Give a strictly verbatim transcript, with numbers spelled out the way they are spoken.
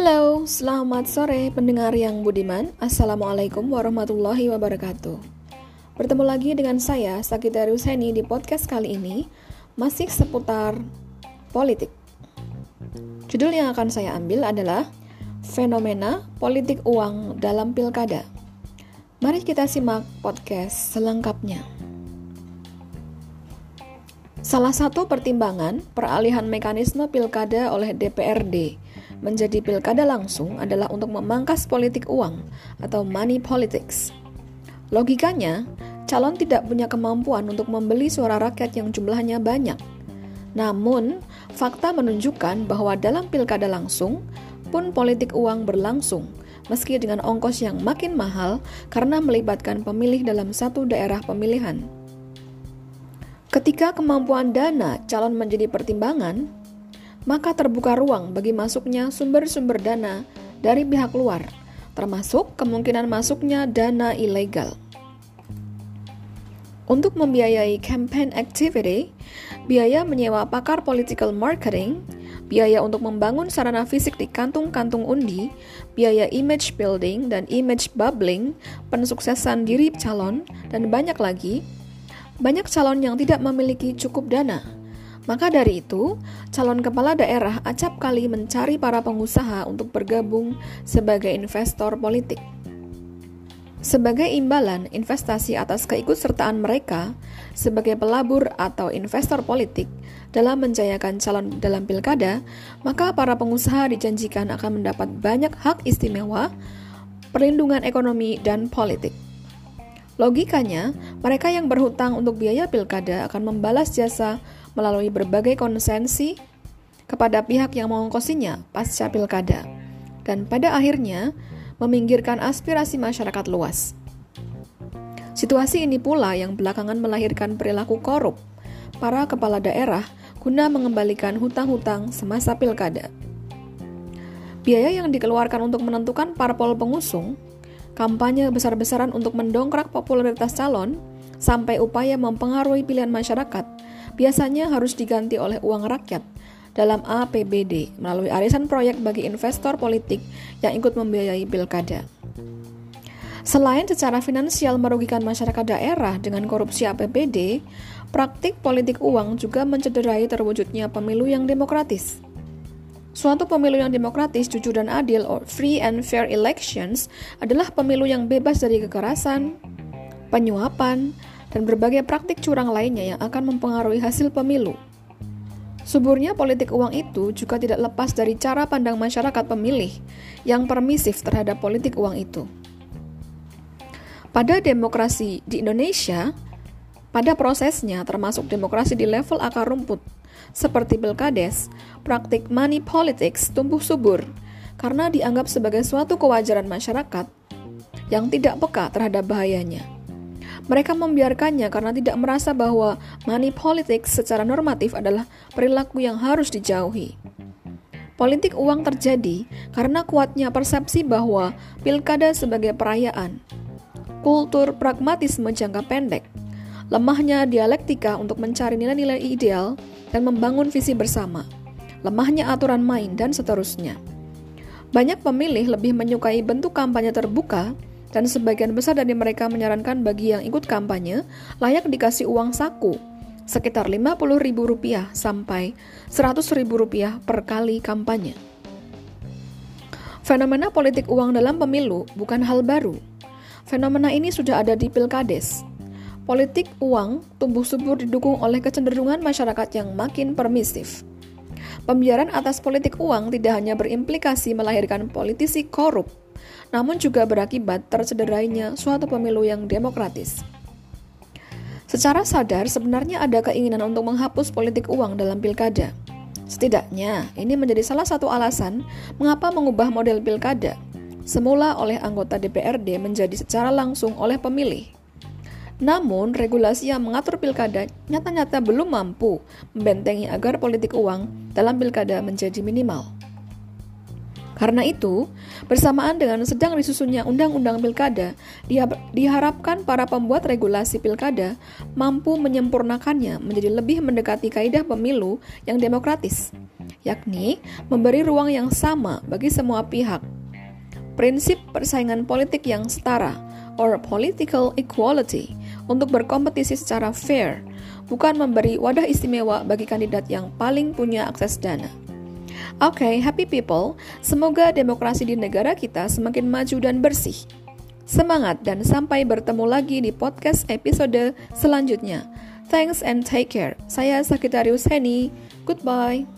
Halo, selamat sore pendengar yang budiman. Assalamualaikum warahmatullahi wabarakatuh. Bertemu lagi dengan saya, Sagittarius Heni, di podcast kali ini, masih seputar politik. Judul yang akan saya ambil adalah Fenomena Politik Uang dalam Pilkada. Mari kita simak podcast selengkapnya. Salah satu pertimbangan peralihan mekanisme pilkada oleh D P R D menjadi pilkada langsung adalah untuk memangkas politik uang atau money politics. Logikanya, calon tidak punya kemampuan untuk membeli suara rakyat yang jumlahnya banyak. Namun, fakta menunjukkan bahwa dalam pilkada langsung pun politik uang berlangsung, meski dengan ongkos yang makin mahal karena melibatkan pemilih dalam satu daerah pemilihan. Ketika kemampuan dana calon menjadi pertimbangan, maka terbuka ruang bagi masuknya sumber-sumber dana dari pihak luar, termasuk kemungkinan masuknya dana ilegal. Untuk membiayai campaign activity, biaya menyewa pakar political marketing, biaya untuk membangun sarana fisik di kantung-kantung undi, biaya image building dan image bubbling, pensuksesan diri calon, dan banyak lagi, banyak calon yang tidak memiliki cukup dana. Maka dari itu, calon kepala daerah acap kali mencari para pengusaha untuk bergabung sebagai investor politik. Sebagai imbalan investasi atas keikutsertaan mereka sebagai pelabur atau investor politik dalam menjayakan calon dalam pilkada, maka para pengusaha dijanjikan akan mendapat banyak hak istimewa, perlindungan ekonomi, dan politik. Logikanya, mereka yang berhutang untuk biaya pilkada akan membalas jasa melalui berbagai konsensi kepada pihak yang mengongkosinya pasca pilkada, dan pada akhirnya meminggirkan aspirasi masyarakat luas. Situasi ini pula yang belakangan melahirkan perilaku korup para kepala daerah guna mengembalikan hutang-hutang semasa pilkada. Biaya yang dikeluarkan untuk menentukan parpol pengusung, kampanye besar-besaran untuk mendongkrak popularitas calon, sampai upaya mempengaruhi pilihan masyarakat, biasanya harus diganti oleh uang rakyat dalam A P B D melalui arisan proyek bagi investor politik yang ikut membiayai pilkada. Selain secara finansial merugikan masyarakat daerah dengan korupsi A P B D, praktik politik uang juga mencederai terwujudnya pemilu yang demokratis. Suatu pemilu yang demokratis, jujur dan adil, or free and fair elections, adalah pemilu yang bebas dari kekerasan, penyuapan, dan berbagai praktik curang lainnya yang akan mempengaruhi hasil pemilu. Suburnya politik uang itu juga tidak lepas dari cara pandang masyarakat pemilih yang permisif terhadap politik uang itu. Pada demokrasi di Indonesia, pada prosesnya termasuk demokrasi di level akar rumput, seperti pilkades, praktik money politics tumbuh subur karena dianggap sebagai suatu kewajaran masyarakat yang tidak peka terhadap bahayanya. Mereka membiarkannya karena tidak merasa bahwa money politics secara normatif adalah perilaku yang harus dijauhi. Politik uang terjadi karena kuatnya persepsi bahwa pilkada sebagai perayaan, kultur pragmatisme jangka pendek, lemahnya dialektika untuk mencari nilai-nilai ideal dan membangun visi bersama, lemahnya aturan main, dan seterusnya. Banyak pemilih lebih menyukai bentuk kampanye terbuka, dan sebagian besar dari mereka menyarankan bagi yang ikut kampanye layak dikasih uang saku sekitar lima puluh ribu rupiah sampai seratus ribu rupiah per kali kampanye. Fenomena politik uang dalam pemilu bukan hal baru. Fenomena ini sudah ada di pilkades. Politik uang tumbuh subur didukung oleh kecenderungan masyarakat yang makin permisif. Pembiaran atas politik uang tidak hanya berimplikasi melahirkan politisi korup, namun juga berakibat tercederainya suatu pemilu yang demokratis. Secara sadar, sebenarnya ada keinginan untuk menghapus politik uang dalam pilkada. Setidaknya, ini menjadi salah satu alasan mengapa mengubah model pilkada, semula oleh anggota D P R D menjadi secara langsung oleh pemilih. Namun, regulasi yang mengatur pilkada nyata-nyata belum mampu membentengi agar politik uang dalam pilkada menjadi minimal. Karena itu, bersamaan dengan sedang disusunnya Undang-Undang Pilkada, diharapkan para pembuat regulasi pilkada mampu menyempurnakannya menjadi lebih mendekati kaidah pemilu yang demokratis, yakni memberi ruang yang sama bagi semua pihak. Prinsip persaingan politik yang setara, or political equality, untuk berkompetisi secara fair, bukan memberi wadah istimewa bagi kandidat yang paling punya akses dana. Oke, okay, happy people, semoga demokrasi di negara kita semakin maju dan bersih. Semangat dan sampai bertemu lagi di podcast episode selanjutnya. Thanks and take care. Saya Sagittarius Henny. Goodbye.